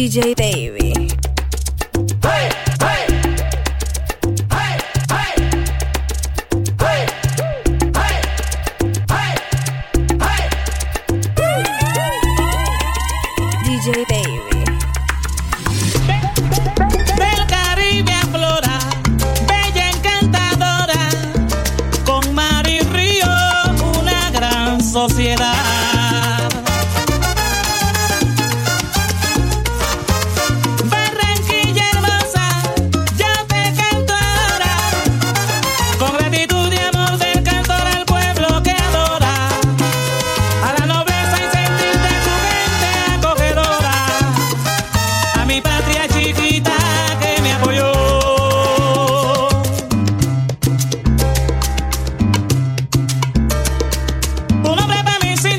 DJ Davey. Hey, hey. Hey, hey. Hey, hey. Hey, hey. DJ Davey. Del Caribe aflora, bella encantadora, con mar y río, una gran sociedad. Un hombre para mis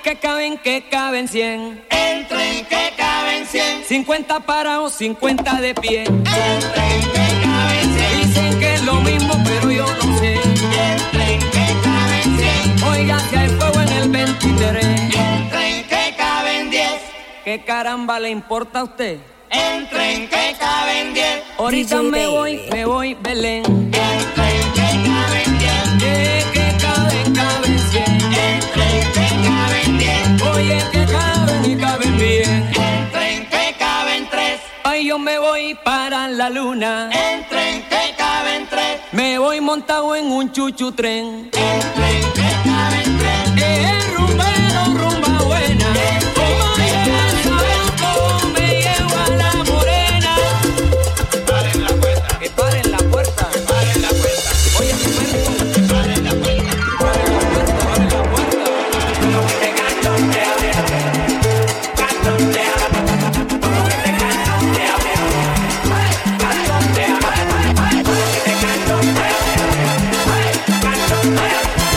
que caben 100. Entren que caben 100. 50 parados, 50 de pie. Entren que caben 100. Dicen que es lo mismo, pero yo no sé. Entren que caben 100. Oiga, si hay fuego en el 23. Entren que caben 10. ¿Qué caramba le importa a usted? Entren que caben 10. Ahorita DJ me Baby. voy, Belén. Entren que caben 10. Que caben 100. Entren que caben 10. Oye, que caben y caben bien. Entren que caben 3. Ay, yo me voy para la luna. Entren que caben 3. Me voy montado en un chuchu tren. Entren que caben 3. Rumbero, rumba buena. Como me llevo a la morena. Paren la puerta. Que paren la puerta. Paren la puerta. Oye, mi perro. Paren la puerta. Paren la puerta, paren la puerta. Como que te cachondea, cachondea. Como que te cachondea, cachondea. Como que te cachondea, cachondea.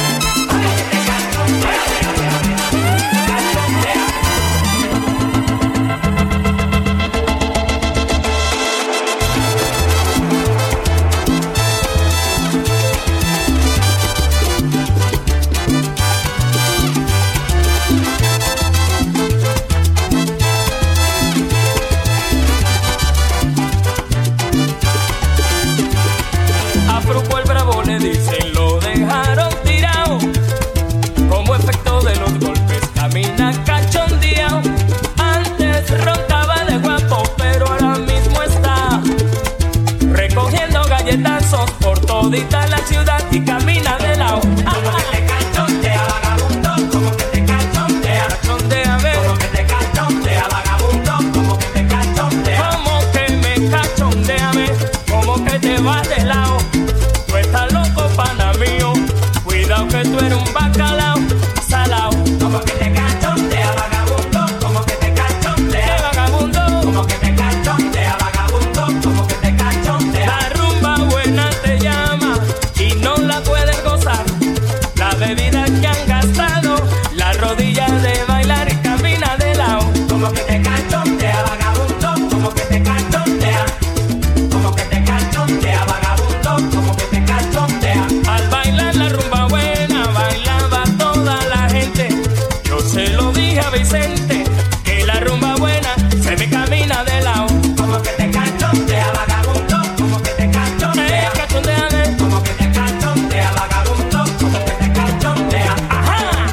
A Fruco el Bravo le dicen, lo dejaron tirado. Como efecto de los golpes camina cachondeado. Antes roncaba de guapo, pero ahora mismo está recogiendo galletazos por todita la ciudad y camina de lado. Como que te cachondea, vagabundo. Como que te cachondea, Cachondéame, como que te cachondea, vagabundo. Como que te cachondea. como que me cachondéame, como que te vas de lado. Tú estás loco, pana mío, cuidado que tú eres un bacalao salao. Como que te cachondea, vagabundo. Como que te cachondea. ¡Qué vagabundo! Como que te cachondea, vagabundo. Como que te cachondea. La rumba buena te llama y no la puedes gozar. La bebida que han gastado, la rodilla de bailar y camina de lado. Como que te cachondea, vagabundo. Como que te cachondea. Como que te cachondea, vagabundo. Como que te cachondea. Al bailar la rumba buena, bailaba toda la gente. Yo se lo dije a Vicente, que la rumba buena se me camina de lado. Como que te cachondea, vagabundo. Como que te cachondea. Cachondéame. Como que te cachondea, vagabundo. Como que te cachondea. ¡Ajá!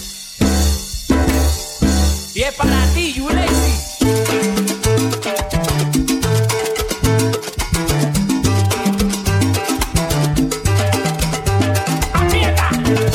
Y es para ti, Yulesi. ¡Aprieta!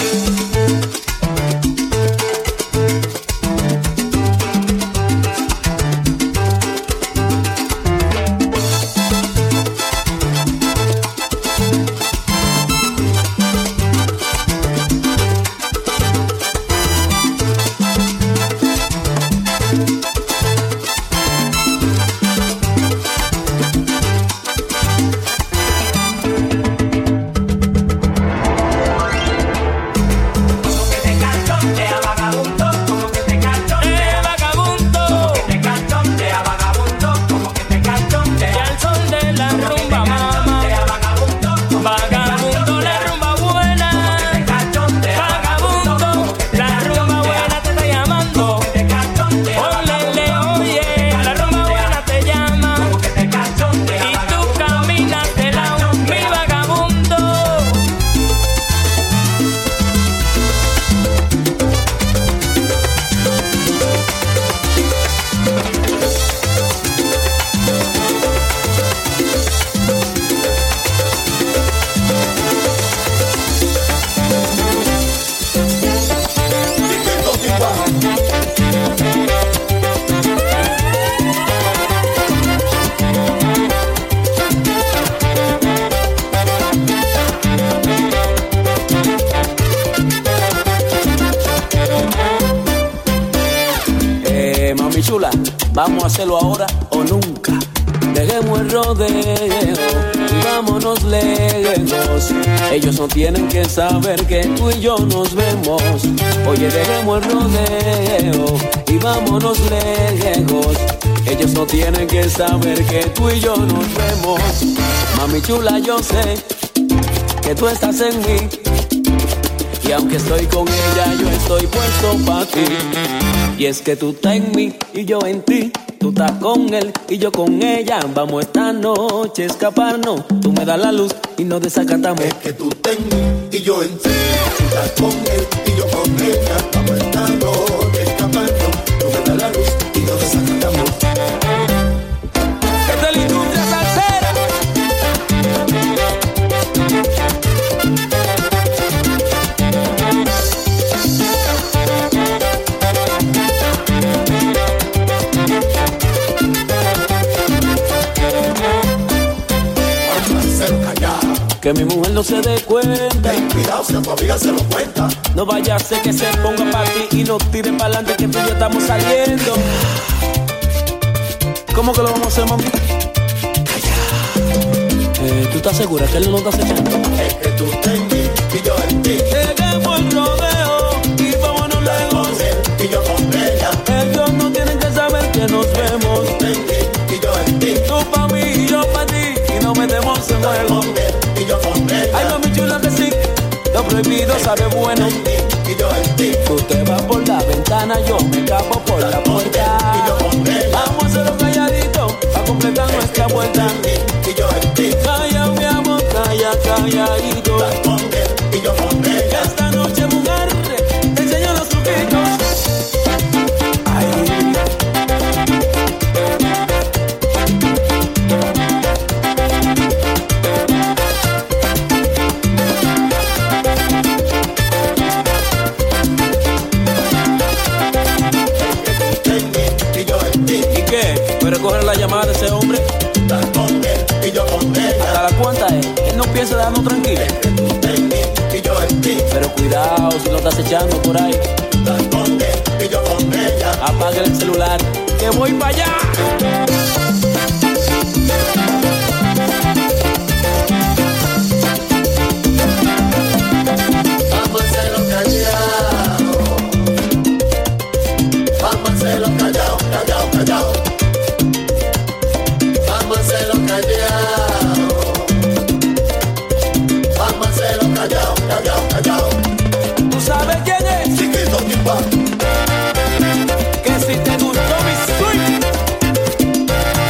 Como que te cachondea, vagabundo. Como que te cachondea. Vagabundo! Que te cachondea, vagabundo. Como que te Y cachondea. al son de la rumba, mamá. Vagabundo. Vagabundo, la rumba buena. Te cachondea. Vagabundo, la rumba buena te está llamando. Te cachondea. Ólele, oye, la rumba buena te llama. Como que te cachondea. Y tú caminas de lado, mi vagabundo. Mami chula, ¿vamos a hacerlo ahora o nunca? dejemos el rodeo y vámonos lejos. Ellos no tienen que saber que tú y yo nos vemos. Oye, dejemos el rodeo y vámonos lejos. Ellos no tienen que saber que tú y yo nos vemos. Mami chula, yo sé que tú estás en mí, y aunque estoy con ella, yo estoy puesto para ti. Y es que tú estás en mí y yo en ti. Tú estás con él y yo con ella. Vamos esta noche a escaparnos. Tú me das la luz y nos desacatamos. Es que tú estás en mí y yo en ti. Tú estás con él y yo con ella. Vamos esta noche a escaparnos. Tú me das la luz y nos desacatamos. Esta es la industria salsera. Que mi mujer no se dé cuenta. Ten cuidado si a tu amiga se lo cuenta. No vaya a ser que se ponga para ti y nos tire para adelante, que tú y yo estamos saliendo. ¿Cómo que lo vamos a hacer, mami? ¿Tú estás segura que él no nos está acechando? Es que tú estás en mí y yo en ti. Dejemos el rodeo y vámonos lejos. Con él y yo con ella. Ellos no tienen que saber que nos vemos. Tú estás en mí y yo en ti. Tú pa' mí y yo pa' ti, y nos metemos en juego. Con él y yo con ella. Ay, mami chula que sí, lo prohibido sabe bueno. Y yo en ti. Tú te vas por la ventana, yo me escapo por la puerta. Y yo con ella. Vamos a hacerlo calladito, a completar nuestra vuelta. Y yo en ti. Calla, mi amor, calla, calladito. Con él y yo con ella. Esta noche, mujer, te enseño los truquitos. Ay. ¿Y qué? ¿Puedes recoger la llamada de ese hombre? ¿Hasta la cuenta es? Él no piensa dejarnos tranquilos. Pero cuidado si lo estás echando por ahí. Apaga el celular, que voy para allá. Vamos a hacerlo callado. Vamos a hacerlo callado, callado, callado. Vamos a hacerlo callado. Vamos a hacerlo callado, callado, callado. ¿Tú sabes quién es? Chiquito, tipo. Que si te gustó mi swing,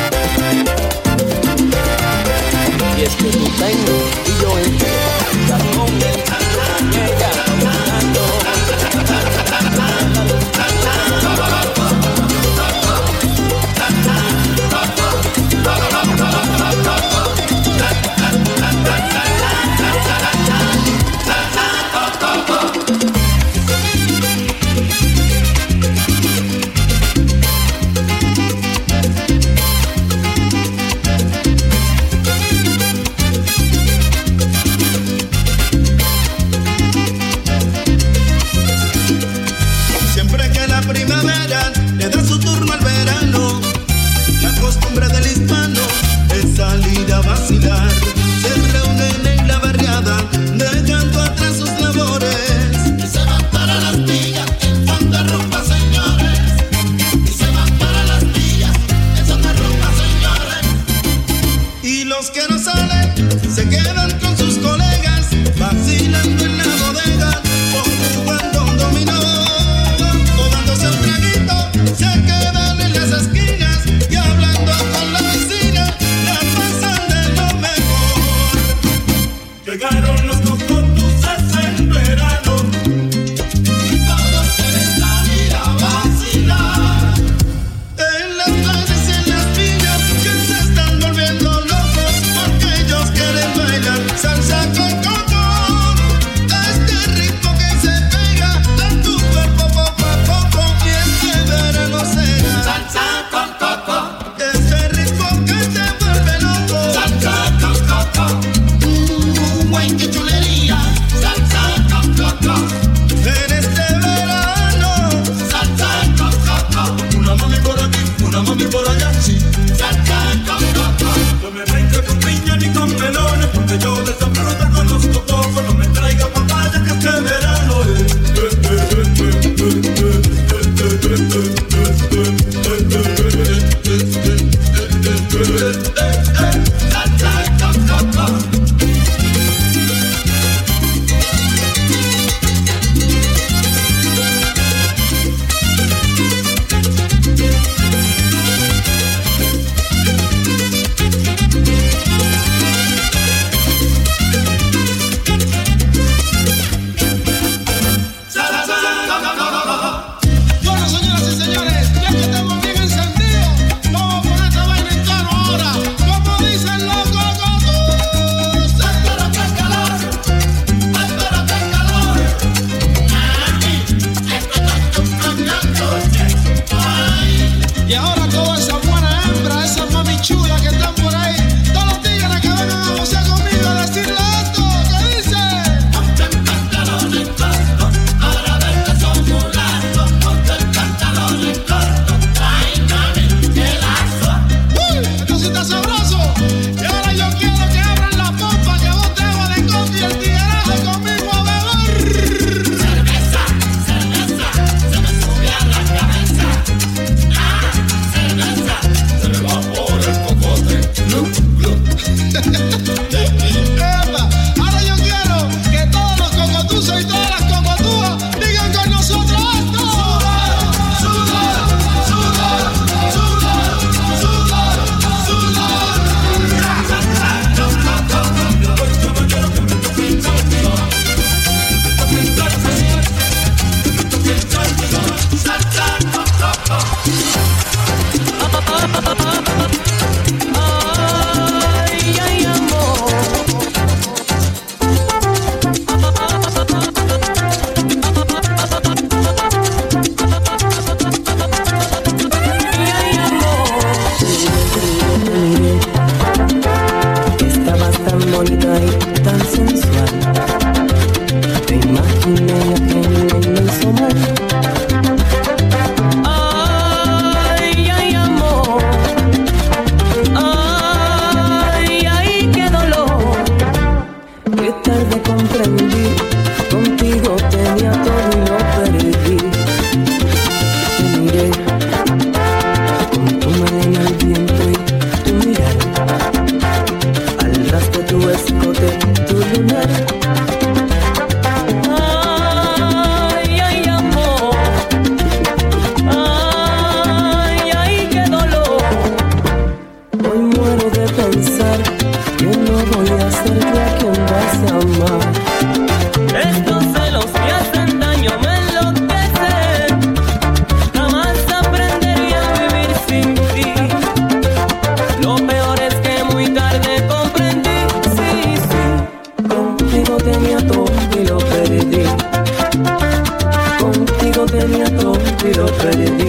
y lo perdí.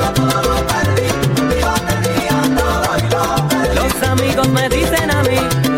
Me dicen a mí